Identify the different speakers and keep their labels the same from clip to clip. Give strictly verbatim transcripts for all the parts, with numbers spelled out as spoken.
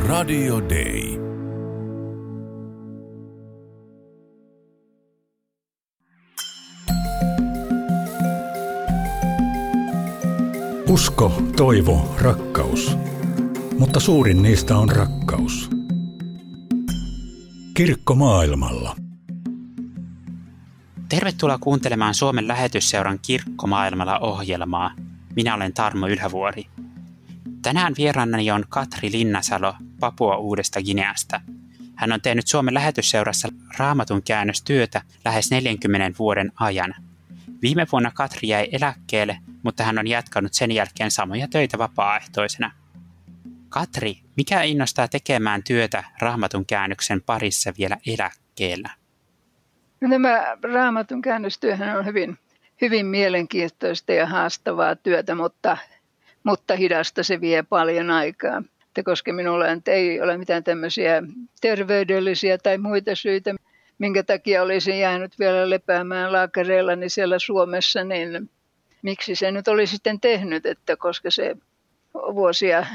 Speaker 1: Radio Day.
Speaker 2: Usko, toivo, rakkaus. Mutta suurin niistä on rakkaus. Kirkko maailmalla.
Speaker 3: Tervetuloa kuuntelemaan Suomen Lähetysseuran Kirkko maailmalla -ohjelmaa. Minä olen Tarmo Ylhävuori. Tänään vieraanani on Katri Linnasalo Papua Uudesta Gineasta. Hän on tehnyt Suomen Lähetysseurassa Raamatun käännöstyötä lähes neljänkymmenen vuoden ajan. Viime vuonna Katri jäi eläkkeelle, mutta hän on jatkanut sen jälkeen samoja töitä vapaaehtoisena. Katri, mikä innostaa tekemään työtä Raamatun käännöksen parissa vielä eläkkeellä?
Speaker 4: No, tämä Raamatun käännöstyöhän on hyvin, hyvin mielenkiintoista ja haastavaa työtä, mutta, mutta hidasta se vie paljon aikaa. Että koska minulla ei ole mitään tämmöisiä terveydellisiä tai muita syitä, minkä takia olisin jäänyt vielä lepäämään laakereillani siellä Suomessa, niin miksi se nyt oli sitten tehnyt, että koska se vuosia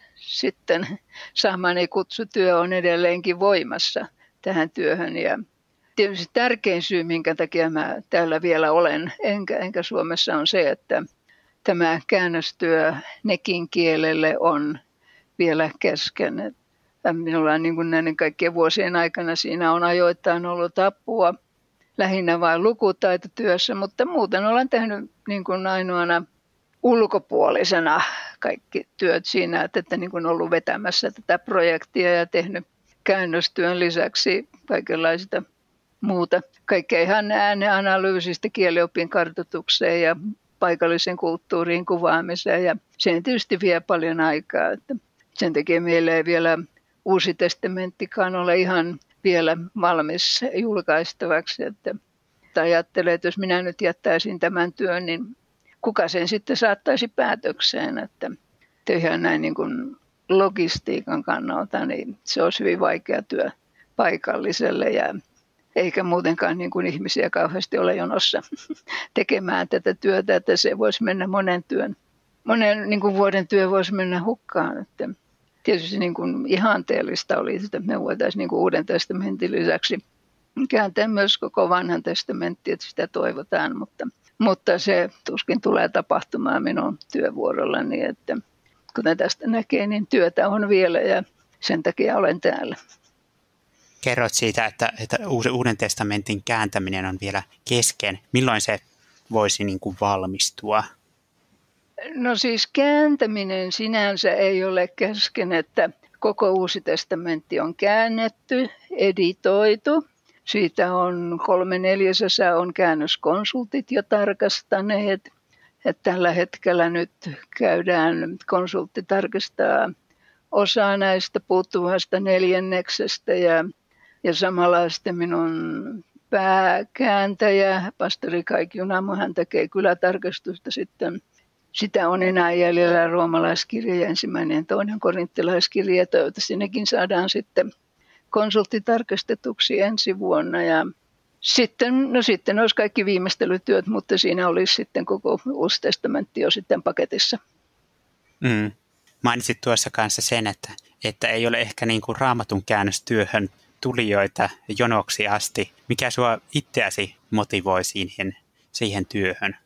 Speaker 4: sitten saamani kutsutyö on edelleenkin voimassa tähän työhön. Ja tietysti tärkein syy, minkä takia mä täällä vielä olen, enkä, enkä Suomessa, on se, että tämä käännöstyö nekin kielelle on vielä kesken. Minulla on niin kuin näiden kaikkien vuosien aikana siinä on ajoittain ollut apua, lähinnä vain lukutaitotyössä, mutta muuten olen tehnyt niin kuin ainoana ulkopuolisena kaikki työt siinä, että, että niin kuin ollut vetämässä tätä projektia ja tehnyt käännöstyön lisäksi kaikenlaista muuta. Kaikkea ihan ääneanalyysistä kieliopin kartoitukseen ja paikallisen kulttuuriin kuvaamiseen, ja se tietysti vie paljon aikaa. Että sen takia meillä ei vielä Uusi testamenttikaan ole ihan vielä valmis julkaistavaksi. Että, että ajattelee, että jos minä nyt jättäisin tämän työn, niin kuka sen sitten saattaisi päätökseen. Että ihan näin niin kuin logistiikan kannalta, niin se olisi hyvin vaikea työ paikalliselle, ja eikä muutenkaan niin kuin ihmisiä kauheasti ole jonossa tekemään tätä työtä, että se voisi mennä monen työn, monen niin kuin vuoden työ voisi mennä hukkaan. Että tietysti niin kuin ihanteellista oli, että me voitaisiin niin kuin Uuden testamentin lisäksi kääntää myös koko Vanhan testamentti, että sitä toivotaan, mutta, mutta se tuskin tulee tapahtumaan minun työvuorollani, että kuten tästä näkee, niin työtä on vielä ja sen takia olen täällä.
Speaker 3: Kerrot siitä, että, että Uuden testamentin kääntäminen on vielä kesken. Milloin se voisi niin kuin valmistua?
Speaker 4: No siis kääntäminen sinänsä ei ole kesken, että koko Uusi testamentti on käännetty, editoitu. Siitä on kolme neljäsosaa on käännöskonsultit jo tarkastaneet. Että tällä hetkellä nyt käydään, konsultti tarkistaa osaa näistä puuttuvasta neljänneksestä ja, ja samalla sitten minun pääkääntäjä, pastori Kaik Junamo, hän tekee kylätarkastusta sitten. Sitä on enää jäljellä roomalaiskirja ja ensimmäinen ja toinen korinttilaiskirja. Toivottavasti nekin saadaan sitten konsulttitarkastetuksi ensi vuonna. Ja sitten, no sitten olisi kaikki viimeistelytyöt, mutta siinä olisi sitten koko Uusi testamentti jo sitten paketissa.
Speaker 3: Mm. Mainitsit tuossa kanssa sen, että, että ei ole ehkä niin kuin Raamatun käännöstyöhön tulijoita jonoksi asti. Mikä sua itseäsi motivoi siihen, siihen työhön?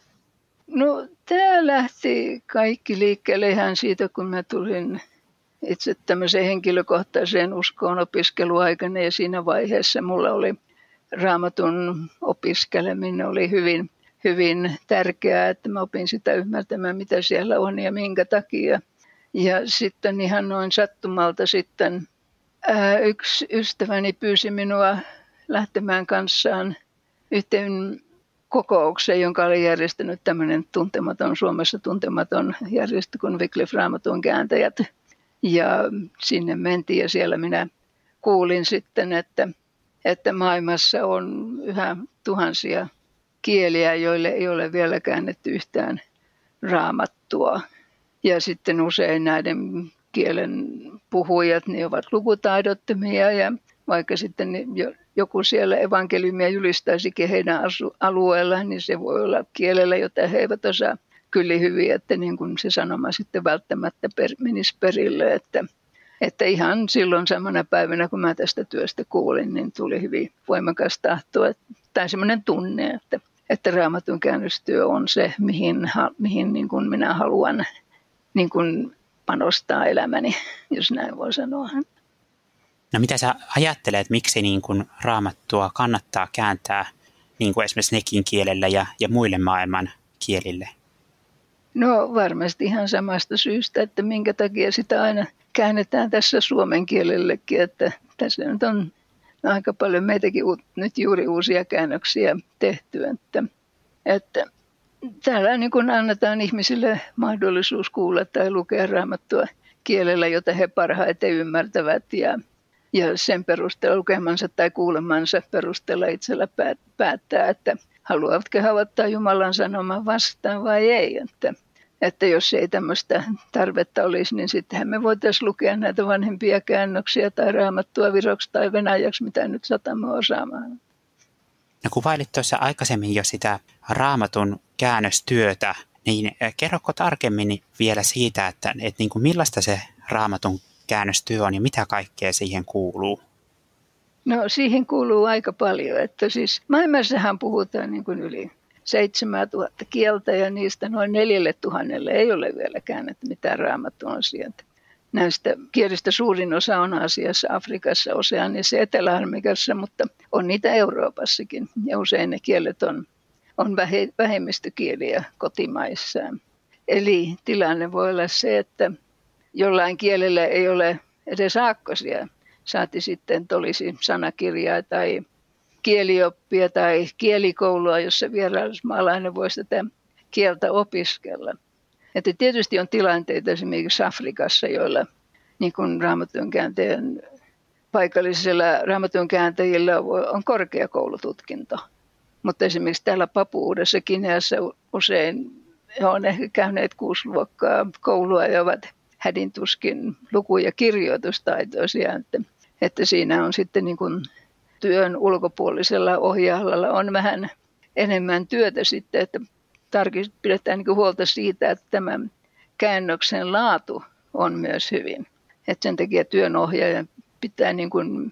Speaker 4: No tämä lähti kaikki liikkeelle ihan siitä, kun mä tulin itse tämmöiseen henkilökohtaiseen uskoon opiskeluaikana, ja siinä vaiheessa mulla oli Raamatun opiskeleminen oli hyvin, hyvin tärkeää, että mä opin sitä ymmärtämään, mitä siellä on ja minkä takia. Ja sitten ihan noin sattumalta sitten ää, yksi ystäväni pyysi minua lähtemään kanssaan yhteen kokoukseen, jonka oli järjestänyt tämmöinen tuntematon, Suomessa tuntematon järjestö kuin Wycliffe Raamatun kääntäjät. Ja sinne mentiin ja siellä minä kuulin sitten, että, että maailmassa on yhä tuhansia kieliä, joille ei ole vielä käännetty yhtään raamattua. Ja sitten usein näiden kielen puhujat, ne ovat lukutaidottomia, ja vaikka sitten joku siellä evankeliumia julistaisikin heidän alueellaan, niin se voi olla kielellä, jota he eivät osaa kyllä hyvin, että niin kuin se sanoma sitten välttämättä per, menisi perille. Että, Että ihan silloin samana päivänä, kun mä tästä työstä kuulin, niin tuli hyvin voimakas tahto tai semmoinen tunne, että, että Raamatun käännöstyö on se, mihin, mihin niin kuin minä haluan niin kuin panostaa elämäni, jos näin voi sanoa.
Speaker 3: No mitä sä ajattelet, miksi niin kuin Raamattua kannattaa kääntää niin kuin esimerkiksi nekin kielellä ja, ja muille maailman kielille?
Speaker 4: No varmasti ihan samasta syystä, että minkä takia sitä aina käännetään tässä suomen kielellekin, että tässä nyt on aika paljon meitäkin nyt juuri uusia käännöksiä tehty, että, että täällä niin kuin annetaan ihmisille mahdollisuus kuulla tai lukea Raamattua kielellä, jota he parhaiten ymmärtävät ja, ja sen perusteella lukemansa tai kuulemansa perusteella itsellä päättää, että haluavatko he ottaa Jumalan sanoman vastaan vai ei, että Että jos ei tämmöistä tarvetta olisi, niin sittenhän me voitaisiin lukea näitä vanhempia käännöksiä tai Raamattua viroksi tai venäjäksi, mitä nyt satamme osaamaan.
Speaker 3: No kuvailit tuossa aikaisemmin jo sitä Raamatun käännöstyötä, niin kerroko tarkemmin vielä siitä, että, että niin kuin millaista se Raamatun käännöstyö on ja mitä kaikkea siihen kuuluu?
Speaker 4: No siihen kuuluu aika paljon, että siis maailmassahan puhutaan niin kuin yli seitsemäntuhatta kieltä ja niistä noin neljälle tuhannelle ei ole vielä käännetty mitään Raamatun sieltä. Näistä kielistä suurin osa on Aasiassa, Afrikassa, Oseaniassa ja Etelä-Amerikassa, mutta on niitä Euroopassakin. Ja usein ne kielet on, on vähemmistökieliä kotimaissaan. Eli tilanne voi olla se, että jollain kielellä ei ole edes aakkosia. Saati sitten, että olisi sanakirjaa tai kielioppia tai kielikoulua, jossa vierasmaalainen voisi tätä kieltä opiskella. Että tietysti on tilanteita esimerkiksi Afrikassa, joilla niin kuin Raamatun kääntäjän, paikallisilla Raamatun kääntäjillä on korkeakoulututkinto. Mutta esimerkiksi täällä Papuudessa Gineassa usein he on ehkä käyneet kuusi luokkaa koulua ja ovat hädintuskin luku- ja kirjoitustaitoisia. Että, että siinä on sitten niin kuin työn ulkopuolisella ohjaajalla on vähän enemmän työtä sitten, että tarkist, pidetään niin kuin huolta siitä, että tämän käännöksen laatu on myös hyvin. Että sen takia työnohjaajan pitää niin kuin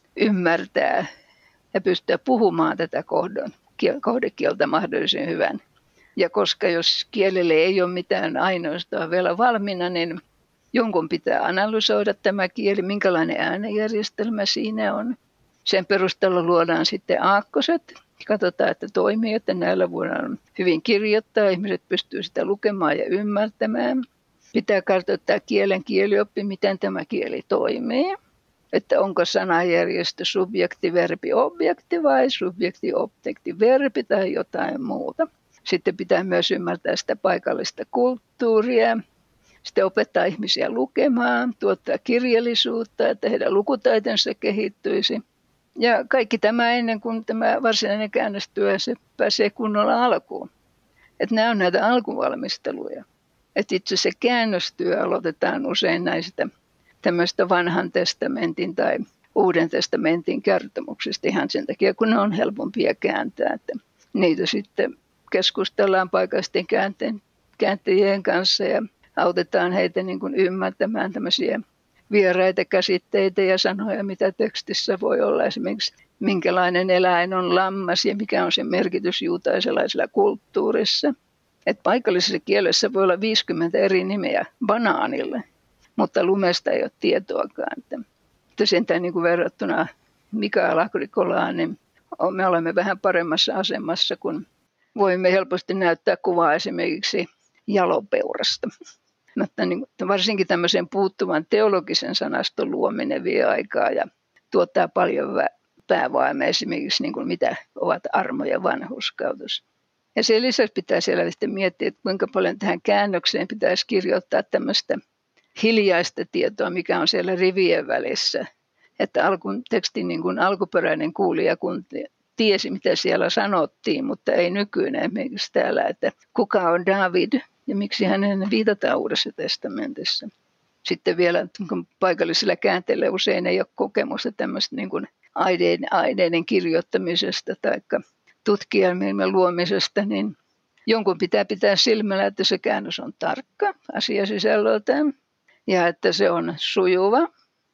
Speaker 4: ymmärtää ja pystyä puhumaan tätä kohdon, kohdekieltä mahdollisen hyvän. Ja koska jos kielelle ei ole mitään ainoastaan vielä valmiina, niin jonkun pitää analysoida tämä kieli, minkälainen äänenjärjestelmä siinä on. Sen perusteella luodaan sitten aakkoset. Katsotaan, että toimii, että näillä voidaan hyvin kirjoittaa. Ihmiset pystyvät sitä lukemaan ja ymmärtämään. Pitää kartoittaa kielen kielioppi, miten tämä kieli toimii. Että onko sanajärjestö subjekti, verbi, objekti vai subjekti, objekti, verbi tai jotain muuta. Sitten pitää myös ymmärtää sitä paikallista kulttuuria. Sitten opettaa ihmisiä lukemaan, tuottaa kirjallisuutta, että heidän lukutaitonsa kehittyisi. Ja kaikki tämä ennen kuin tämä varsinainen käännöstyö se pääsee kunnolla alkuun. Että nämä on näitä alkuvalmisteluja. Että itse se käännöstyö aloitetaan usein näistä tämmöistä vanhan testamentin tai uuden testamentin kertomuksista ihan sen takia, kun ne on helpompia kääntää. Että niitä sitten keskustellaan paikallisten kääntäjien kanssa ja autetaan heitä niin kuin ymmärtämään tämmöisiä vieraita käsitteitä ja sanoja, mitä tekstissä voi olla. Esimerkiksi minkälainen eläin on lammas ja mikä on sen merkitys juutalaisella kulttuurissa. Et paikallisessa kielessä voi olla viisikymmentä eri nimeä banaanille, mutta lumesta ei ole tietoakaan. Että sentään niin kuin verrattuna Mikael Agrikolaan, niin me olemme vähän paremmassa asemassa, kun voimme helposti näyttää kuvaa esimerkiksi jalopeurasta. Mutta niin, varsinkin tämmöisen puuttuvan teologisen sanaston luominen vie aikaa ja tuottaa paljon päävaimia esimerkiksi niin kuin mitä ovat armo ja vanhurskaus. Ja sen lisäksi pitää siellä sitten miettiä, että kuinka paljon tähän käännökseen pitäisi kirjoittaa tämmöistä hiljaista tietoa, mikä on siellä rivien välissä. Että alkun, tekstin niin kuin alkuperäinen kuulija kun tiesi, mitä siellä sanottiin, mutta ei nykyinen esimerkiksi täällä, että kuka on David ja miksi hänen viitataan Uudessa testamentissa. Sitten vielä kun paikallisilla käänteillä usein ei ole kokemusta tämmöistä niin kuin aineiden, aineiden kirjoittamisesta tai tutkielmien luomisesta, niin jonkun pitää pitää silmällä, että se käännös on tarkka asiasisällöltään ja että se on sujuva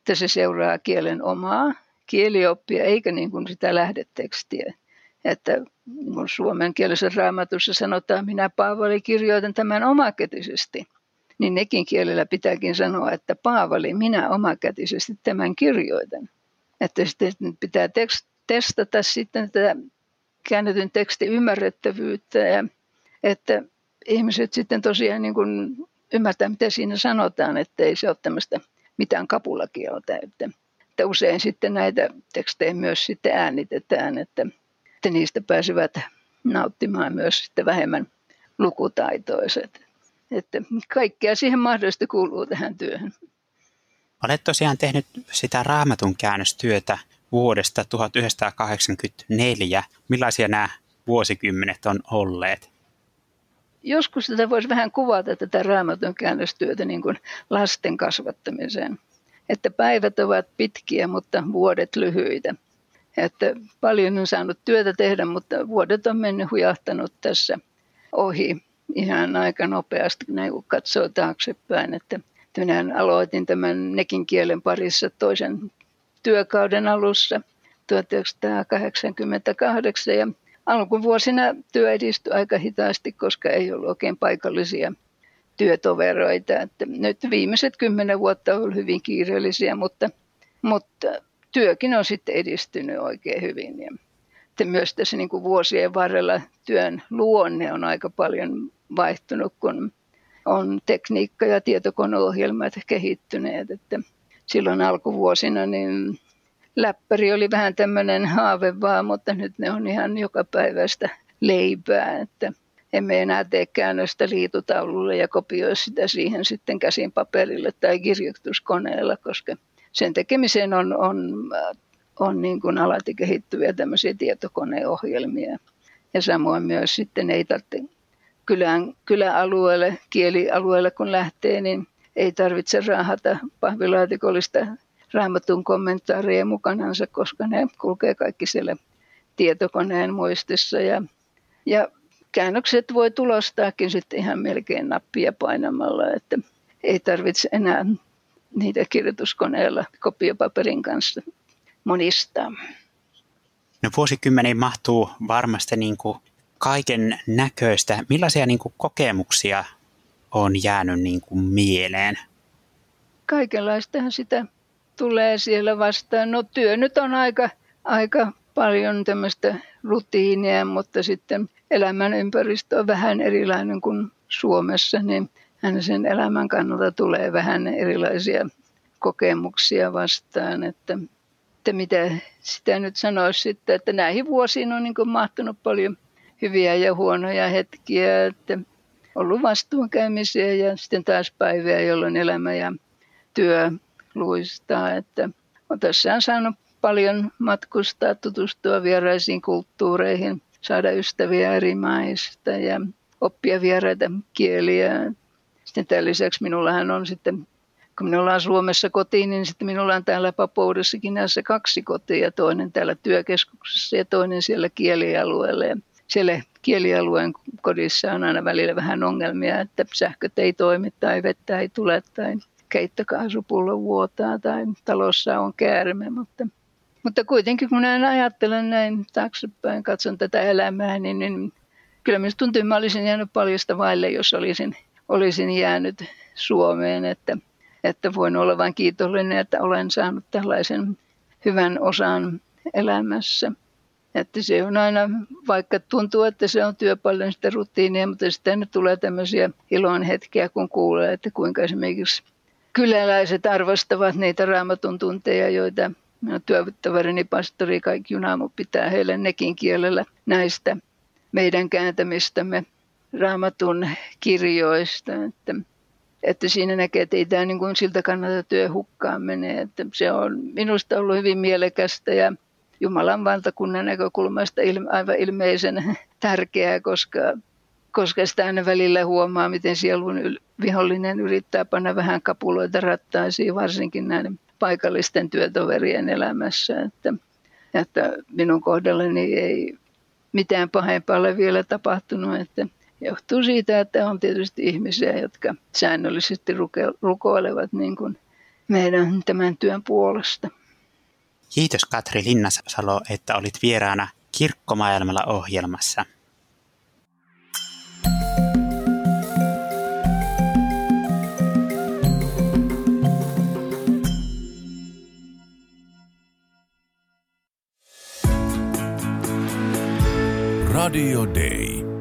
Speaker 4: että se seuraa kielen omaa kielioppia eikä niin kuin sitä lähdetekstiä. Että niin kuin suomen kielessä Raamatussa sanotaan, minä Paavali kirjoitan tämän omakätisesti, niin nekin kielellä pitääkin sanoa, että Paavali, minä omakätisesti tämän kirjoitan. Että sitten pitää tekst, testata sitten tätä käännetyn tekstin ymmärrettävyyttä ja että ihmiset sitten tosiaan niin kuin ymmärtää, mitä siinä sanotaan, että ei se ole tämmöistä mitään kapulakieltä. Että, että usein sitten näitä tekstejä myös sitten äänitetään, että, että niistä pääsevät nauttimaan myös sitten vähemmän lukutaitoiset. Että kaikkea siihen mahdollisesti kuuluu tähän työhön.
Speaker 3: Olet tosiaan tehnyt sitä Raamatun käännöstyötä vuodesta tuhatyhdeksänsataakahdeksankymmentäneljä. Millaisia nämä vuosikymmenet on olleet?
Speaker 4: Joskus tätä voisi vähän kuvata tätä Raamatun käännöstyötä niin kuin lasten kasvattamiseen. Että päivät ovat pitkiä, mutta vuodet lyhyitä. Että paljon on saanut työtä tehdä, mutta vuodet on mennyt hujahtanut tässä ohi ihan aika nopeasti, näin kun katsoo taaksepäin. Että minä aloitin tämän nekin kielen parissa toisen työkauden alussa tuhatyhdeksänsataakahdeksankymmentäkahdeksan ja alkuvuosina työ edistyi aika hitaasti, koska ei ollut oikein paikallisia työtoveroita. Että nyt viimeiset kymmenen vuotta on ollut hyvin kiireellisiä, mutta, mutta työkin on sitten edistynyt oikein hyvin. Ja myös tässä niin kuin vuosien varrella työn luonne on aika paljon vaihtunut, kun on tekniikka ja tietokoneohjelmat kehittyneet. Että silloin alkuvuosina niin läppäri oli vähän tämmöinen haave vaan, mutta nyt ne on ihan jokapäiväistä leipää. Että emme enää tee käännöstä liitutaululle ja kopioi sitä siihen sitten käsin paperille tai kirjoituskoneella, koska sen tekemiseen on, on, on niin kuin alati kehittyviä tämmöisiä tietokoneohjelmia. Ja samoin myös sitten ei tarvitse kylän, kyläalueelle, kielialueelle kun lähtee, niin ei tarvitse raahata pahvilaatikollista Raamatun kommentaareja mukanansa, koska ne kulkee kaikki siellä tietokoneen muistissa. Ja, ja käännökset voi tulostaakin sitten ihan melkein nappia painamalla, että ei tarvitse enää niitä kirjoituskoneella kopiopaperin kanssa monistaa.
Speaker 3: No vuosikymmeniin mahtuu varmasti niin kuin kaiken näköistä. Millaisia niin kuin kokemuksia on jäänyt niin kuin mieleen?
Speaker 4: Kaikenlaistahan sitä tulee siellä vastaan. No työ nyt on aika, aika paljon tämmöistä rutiinia, mutta sitten elämän ympäristö on vähän erilainen kuin Suomessa, niin aina sen elämän kannalta tulee vähän erilaisia kokemuksia vastaan. Että, että mitä sitä nyt sanoisi sitten, että näihin vuosiin on niin kuin mahtunut paljon hyviä ja huonoja hetkiä, että ollut vastuunkäymisiä ja sitten taas päiviä, jolloin elämä ja työ luistaa. Että on tässä on saanut paljon matkustaa, tutustua vieraisiin kulttuureihin, saada ystäviä eri maista ja oppia vieraita kieliä. Sitten tämän lisäksi minullahan on sitten, kun minulla on Suomessa kotiin, niin sitten minulla on täällä Papoudessakin näissä kaksi kotia, toinen täällä työkeskuksessa ja toinen siellä kielialueella. Ja siellä kielialueen kodissa on aina välillä vähän ongelmia, että sähköt ei toimi tai vettä ei tule tai keittokaasupullo vuotaa tai talossa on käärme. Mutta, mutta kuitenkin kun näin ajattelen näin taaksepäin, katson tätä elämää, niin, niin kyllä minusta tuntuu, että mä olisin jäänyt paljosta vaille, jos olisin, olisin jäänyt Suomeen. Että, että voin olla vain kiitollinen, että olen saanut tällaisen hyvän osan elämässä. Että se on aina, vaikka tuntuu, että se on työ paljon sitä rutiinia, mutta sitten nyt tulee tämmöisiä ilon hetkiä, kun kuulee, että kuinka esimerkiksi kyläläiset arvostavat niitä Raamatun tunteja, joita työtoverini pastori Kaikki Junamo pitää heille nekin kielellä näistä meidän kääntämistämme Raamatun kirjoista. Että, että siinä näkee, että ei tämä niin kuin siltä kannalta työ hukkaan mene. Että se on minusta ollut hyvin mielekästä ja Jumalan valtakunnan näkökulmasta aivan ilmeisen tärkeää, koska, koska sitä aina välillä huomaa, miten sielun vihollinen yrittää panna vähän kapuloita rattaisiin, varsinkin näiden paikallisten työtoverien elämässä. Että, että minun kohdallani ei mitään pahempaa ole vielä tapahtunut, että johtuu siitä, että on tietysti ihmisiä, jotka säännöllisesti rukoilevat niin kuin meidän tämän työn puolesta.
Speaker 3: Kiitos Katri Linnasalo, että olit vieraana Kirkkomaailmalla ohjelmassa.
Speaker 1: Radio Day.